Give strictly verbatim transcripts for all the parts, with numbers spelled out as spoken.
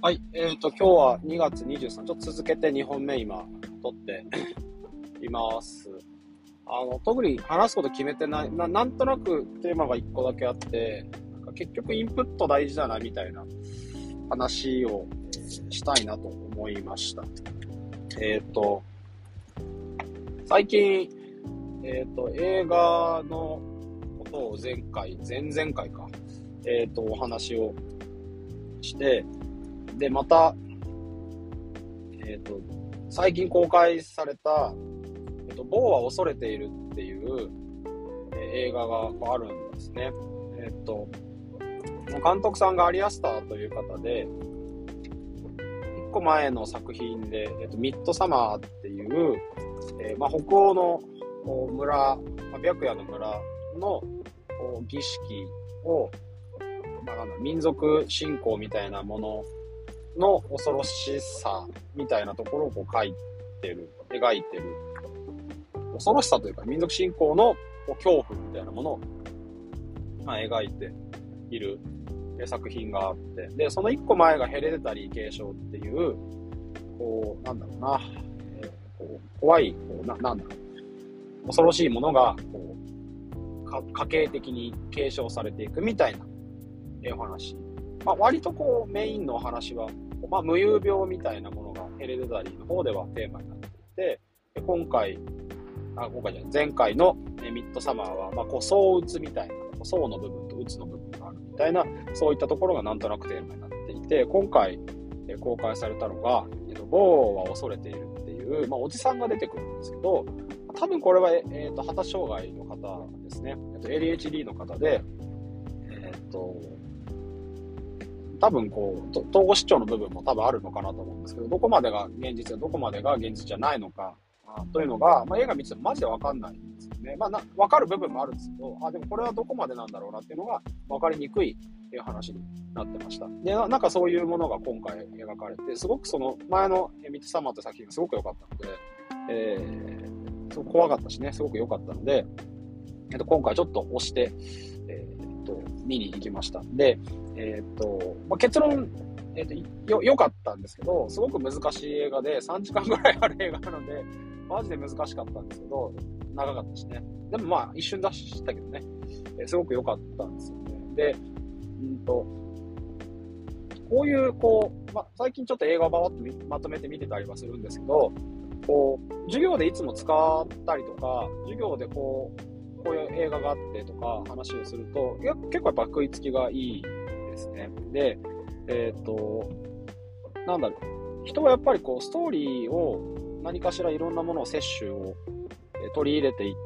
はい、えっと、今日はにがつにじゅうさん、ちょっと続けてにほんめ今、撮っています。あの、特に話すこと決めてない、な、なんとなくテーマがいっこだけあって、なんか結局インプット大事だな、みたいな話を、えーしたいなと思いました。えっと、最近、えっと、映画のことを前回、前々回か、えっと、お話をして、で、また、えっと、最近公開された、えっと、某は恐れているっていう、えー映画があるんですね。えっと、監督さんがアリアスターという方で、いっこまえの作品で、えっと、ミッドサマーっていう、えーまあ、北欧のこう村、まあ、白夜の村のこう儀式を、まあ、なんだ民族信仰みたいなものの恐ろしさみたいなところをこう描いてる、描いてる。恐ろしさというか民族信仰のこう恐怖みたいなものを、まあ、描いている作品があって、で、その一個前がヘレデタリー継承っていう、こう、なんだろうな、えーこう怖い、こうな、なんだろう、恐ろしいものが、こう、か家系的に継承されていくみたいなお話。まあ、割とこう、メインの話は、まあ、無遊病みたいなものがヘレデタリーの方ではテーマになっていて、今回、あ、今回じゃない、前回のミッドサマーは、まあ、こう、相うつみたいな、相の部分とうつの部分があるみたいな、そういったところがなんとなくテーマになっていて、今回公開されたのが、えっと、某は恐れているっていう、まあ、おじさんが出てくるんですけど、多分これは、えっと、発達障害の方ですね。えっと、エーディーエイチディー の方で、えっと、多分こう、統合失調の部分も多分あるのかなと思うんですけど、どこまでが現実でどこまでが現実じゃないのか、というのが、まあ、映画見ててもマジでわかんないんですよね。まあな、わかる部分もあるんですけど、あ、でもこれはどこまでなんだろうなっていうのがわかりにくい話になってました。で、ななんかそういうものが今回描かれて、すごくその前のミッドサマーという作品がすごく良かったので、えー、すごく怖かったしね、すごく良かったので、えっと、今回ちょっと押して、えー、っと、見に行きました。で、えー、っと、まあ、結論、えー、っと、よ、良かったんですけど、すごく難しい映画でさんじかんぐらいある映画なので、マジで難しかったんですけど、長かったしね。でもまあ、一瞬出したけどね、えー、すごく良かったんですよね。で、うんと、こういう、こう、まあ、最近ちょっと映画をばばっとまとめて見てたりはするんですけど、こう、授業でいつも使ったりとか、授業でこう、こういう映画があってとか話をすると、いや結構やっぱ食いつきがいいですね。で、えっと、なんだろう、人はやっぱりこう、ストーリーを何かしらいろんなものを摂取を取り入れていって、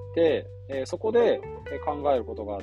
えー、そこで考えることがあって、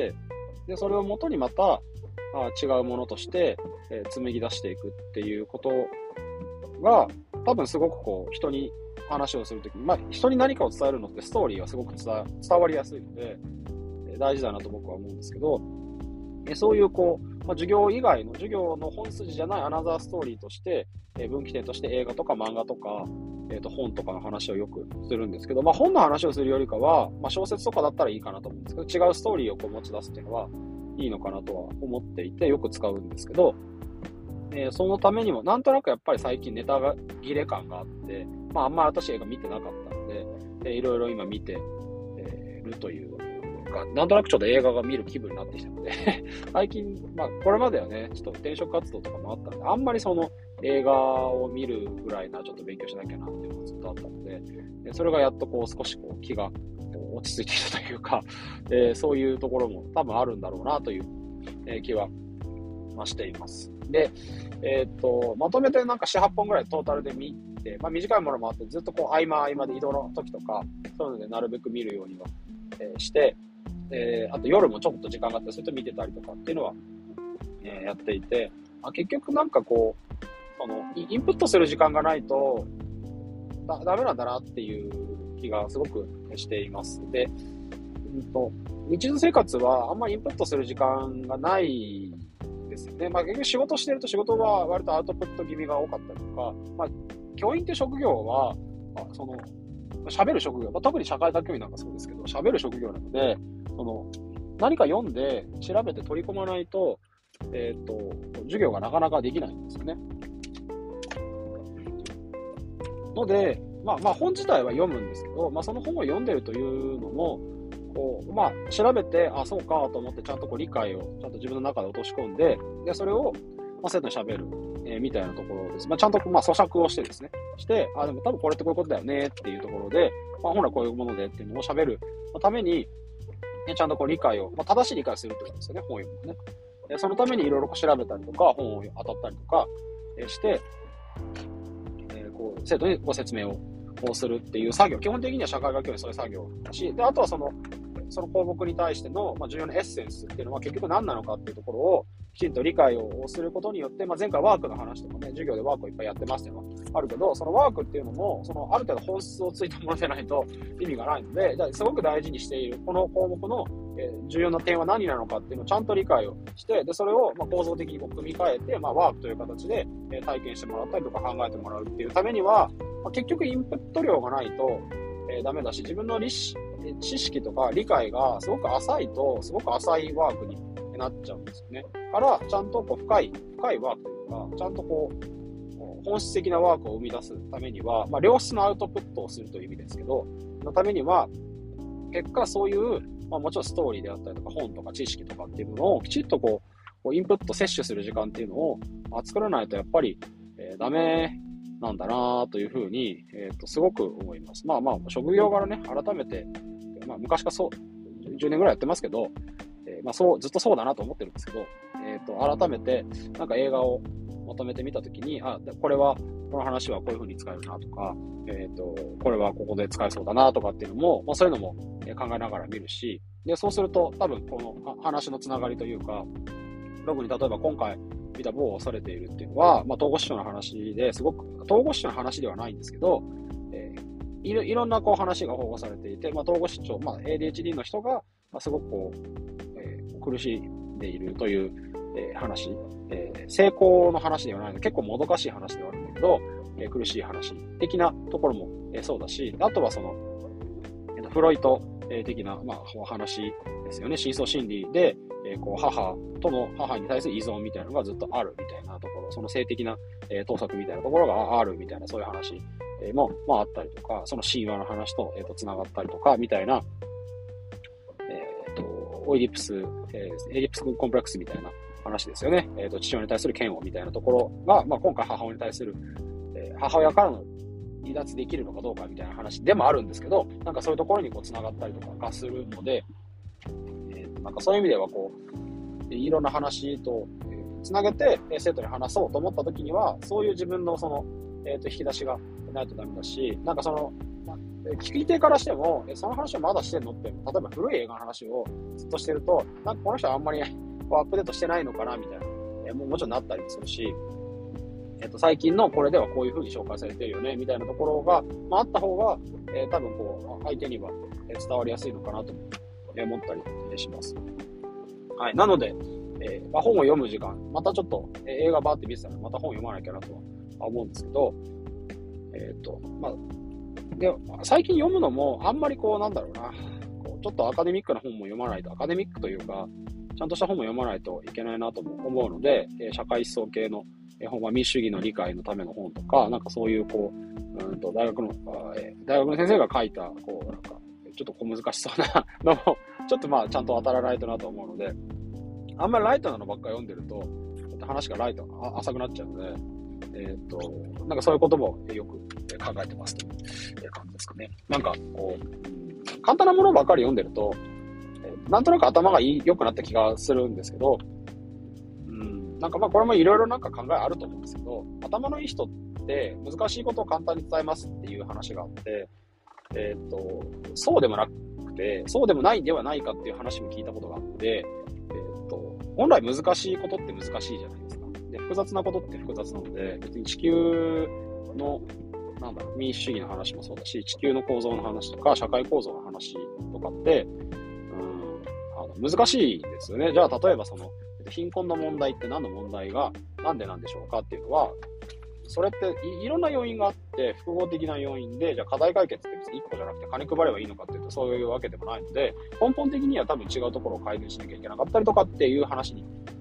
で、それをもとにまたあ違うものとして、えー、紡ぎ出していくっていうことが、多分すごくこう、人に話をするときに、まあ、人に何かを伝えるのってストーリーはすごく伝わりやすいので、えー、大事だなと僕は思うんですけど、えー、そういうこう、まあ、授業以外の、授業の本筋じゃないアナザーストーリーとして、えー、分岐点として映画とか漫画とか、えー、と本とかの話をよくするんですけど、まあ、本の話をするよりかは、まあ、小説とかだったらいいかなと思うんですけど、違うストーリーをこう持ち出すっていうのはいいのかなとは思っていて、よく使うんですけど、えー、そのためにも、なんとなくやっぱり最近ネタが切れ感があって、まあ、あんまり私映画見てなかったので、えー、いろいろ今見て、えー、るというか、なんとなくちょっと映画が見る気分になってきたので、最近、まあ、これまではね、ちょっと転職活動とかもあったので、あんまりその映画を見るぐらいなちょっと勉強しなきゃなっていうのがずっとあったので、それがやっとこう少しこう気が落ち着いてきたというか、えー、そういうところも多分あるんだろうなという、えー、気はしています。で、えー、っと、まとめてなんかよん、はっぽんぐらいトータルで見て、まあ短いものもあって、ずっとこう合間合間で移動の時とか、そういうのでなるべく見るようには、えー、して、えー、あと夜もちょっと時間があって、それと見てたりとかっていうのは、えー、やっていて、まあ、結局なんかこう、その、インプットする時間がないと、だ、ダメなんだなっていう気がすごくしています。で、うんと、日常生活はあんまりインプットする時間がないですよね。まあ、結局仕事してると仕事は割とアウトプット気味が多かったりとか、まあ、教員って職業は、まあ、その、喋る職業、まあ、特に社会科教員なんかそうですけど、喋る職業なので、その、何か読んで調べて取り込まないと、えっと、授業がなかなかできないんですよね。 ので、まあまあ本自体は読むんですけど、まあその本を読んでるというのも、こう、まあ調べて、あ、そうかと思ってちゃんとこう理解をちゃんと自分の中で落とし込んで、で、それを、まあ生徒に喋る、えー、みたいなところです。まあちゃんとまあ咀嚼をしてですね、して、あ、でも多分これってこういうことだよねっていうところで、まあ本来こういうものでっていうのを喋るために、ね、ちゃんとこう理解を、まあ正しい理解をするってことですよね、本を読むね。でそのためにいろいろ調べたりとか、本を当たったりとか、えー、して、えー、こう生徒にご説明をこうするっていう作業、基本的には社会学教育そういう作業だし、で、あとはその、その項目に対しての、まあ、重要なエッセンスっていうのは結局何なのかっていうところをきちんと理解をすることによって、まあ、前回ワークの話とかね、授業でワークをいっぱいやってますっていうのはあるけど、そのワークっていうのも、そのある程度本質をついたものじゃないと意味がないので、じゃあすごく大事にしているこの項目の、えー、重要な点は何なのかっていうのをちゃんと理解をして、で、それをまあ構造的にこう組み替えて、まあ、ワークという形で、えー、体験してもらったりとか考えてもらうっていうためには、まあ、結局インプット量がないと、えー、ダメだし、自分の知識とか理解がすごく浅いと、すごく浅いワークになっちゃうんですよね。から、ちゃんとこう深い、深いワークというか、ちゃんとこう、本質的なワークを生み出すためには、まあ、良質なアウトプットをするという意味ですけど、のためには、結果そういう、まあ、もちろんストーリーであったりとか、本とか知識とかっていうものをきちっとこう、こうインプット、摂取する時間っていうのを、まあ、作らないとやっぱり、えー、ダメなんだなというふうに、えーと、すごく思います。まあまあ、職業柄ね、改めて、まあ昔からそう、じゅうねんぐらいやってますけど、えー、まあそう、ずっとそうだなと思ってるんですけど、えっと、改めて、なんか映画をまとめてみたときに、あ、これは、この話はこういう風に使えるなとか、えっと、これはここで使えそうだなとかっていうのも、まあそういうのも考えながら見るし、で、そうすると多分この話のつながりというか、特に例えば今回見た某を恐れているっていうのは、まあ統合失調の話ですごく、統合失調の話ではないんですけど、えー、いろ、いろんなこう話が保護されていて、まあ統合失調、まあ エーディーエイチディー の人が、まあ、すごくこう、えー、苦しんでいるという、えー、話、えー、成功の話ではないので、結構もどかしい話ではあるんだけど、えー、苦しい話的なところも、えー、そうだし、あとはその、えー、とフロイト的な、まあ、お話ですよね。深層心理で、えー、こう母との母に対する依存みたいなのがずっとあるみたいなところ、その性的な、えー、盗作みたいなところがあるみたいな、そういう話、えー、も、まあ、あったりとか、その神話の話と、えー、と繋がったりとか、みたいな、えっ、ー、と、オイディプス、えー、エディプスコンプレックスみたいな話ですよね。えっ、ー、と、父親に対する嫌悪みたいなところが、まあ、今回母親に対する、えー、母親からの離脱できるのかどうかみたいな話でもあるんですけど、なんかそういうところにこう繋がったりとかがするので、えー、なんかそういう意味ではこう、いろんな話と、えー、繋げて、えー、生徒に話そうと思った時には、そういう自分のその、えっ、ー、と、引き出しがないとダメだし、なんかその、まあ、聞き手からしても、えー、その話をまだしてんのって、例えば古い映画の話をずっとしてると、なんかこの人はあんまりこうアップデートしてないのかなみたいな、えー、もうもちろんなったりもするし、えっと、最近のこれではこういう風に紹介されてるよね、みたいなところが、まあ、あった方が、えー、多分こう、相手には伝わりやすいのかなと思ったりします。はい。なので、えーまあ、本を読む時間、またちょっと、えー、映画バーって見てたらまた本読まなきゃなとは思うんですけど、えっと、まあ、で、最近読むのもあんまりこう、なんだろうな、こうちょっとアカデミックな本も読まないと、アカデミックというか、ちゃんとした本も読まないといけないなと思うので、えー、社会思想系の本は民主主義の理解のための本とか、なんかそういうこう、うんと大学の、えー、大学の先生が書いた、こう、なんか、ちょっと小難しそうなのも、ちょっとまあちゃんと当たらないとなと思うので、あんまりライトなのばっかり読んでると、話がライト、浅くなっちゃうので、えっ、ー、と、なんかそういうこともよく考えてますという感じですかね。なんかこう、簡単なものばっかり読んでると、なんとなく頭が良くなった気がするんですけど、なんかまあこれもいろいろなんか考えあると思うんですけど、頭のいい人って難しいことを簡単に伝えますっていう話があって、えっと、そうでもなくて、そうでもないんではないかっていう話も聞いたことがあって、えっと、本来難しいことって難しいじゃないですか。で、複雑なことって複雑なので、別に地球の、なんだろう、民主主義の話もそうだし、地球の構造の話とか、社会構造の話とかって、うん、あの難しいですよね。じゃあ例えばその、貧困の問題って何の問題がなんでなんでしょうかっていうのは、それって い, いろんな要因があって、複合的な要因で、じゃあ課題解決って別にいっこじゃなくて金配ればいいのかっていうとそういうわけでもないので、根本的には多分違うところを改善しなきゃいけなかったりとかっていう話に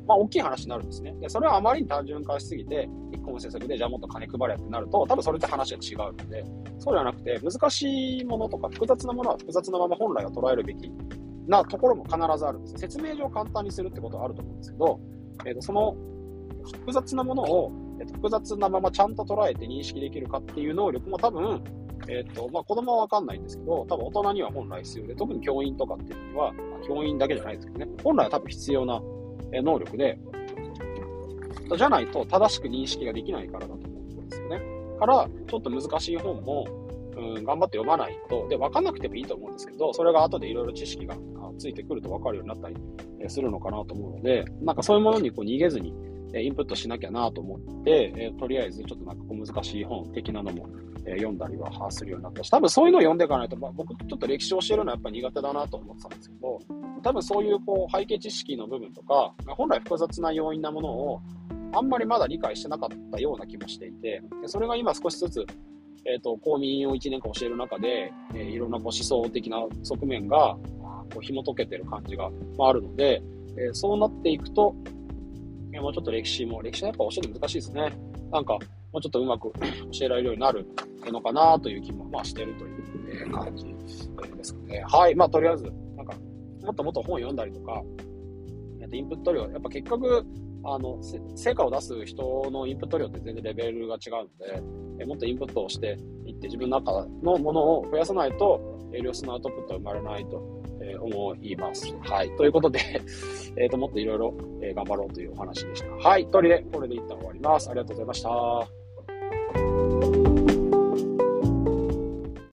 まあ大きい話になるんですね。で、それはあまりに単純化しすぎて、一個の政策でじゃあもっと金配れってなると、多分それって話が違うので、そうではなくて、難しいものとか複雑なものは複雑なまま本来は捉えるべきなところも必ずあるんです。説明上簡単にするってことはあると思うんですけど、えーと、その複雑なものを、えーと、複雑なままちゃんと捉えて認識できるかっていう能力も多分、えっと、まあ、子供はわかんないんですけど、多分大人には本来必要で、特に教員とかっていうのには、まあ、教員だけじゃないですけどね、本来は多分必要な能力で、じゃないと正しく認識ができないからだと思うんですよね。から、ちょっと難しい本も、うん、頑張って読まないと、で、わかんなくてもいいと思うんですけど、それが後でいろいろ知識がついてくるとわかるようになったりするのかなと思うので、なんかそういうものにこう逃げずにインプットしなきゃなと思って、えー、とりあえずちょっとなんかこう難しい本的なのも、えー、読んだりはするようになったし、多分そういうのを読んでいかないと、まあ、僕ちょっと歴史を教えるのはやっぱり苦手だなと思ってたんですけど、多分そういうこう背景知識の部分とか、本来複雑な要因なものをあんまりまだ理解してなかったような気もしていて、でそれが今少しずつ、えーと、公民をいちねんかん教える中で、えー、いろんなこう思想的な側面がこう紐解けてる感じが、まあ、あるので、えー、そうなっていくと、もうちょっと歴史も、歴史はやっぱ教えるの難しいですね。なんか、もうちょっとうまく教えられるようになるのかなという気も、まあ、してるという感じですかね。はい。まあ、とりあえず、なんか、もっともっと本読んだりとか、インプット量、やっぱ結局、あの、成果を出す人のインプット量って全然レベルが違うので、もっとインプットをしていって、自分の中のものを増やさないと、良質なアウトプットは生まれないと思います。はい。ということで、えっと、もっといろいろ頑張ろうというお話でした。はい。とりあえず、これで一旦終わります。ありがとうございました。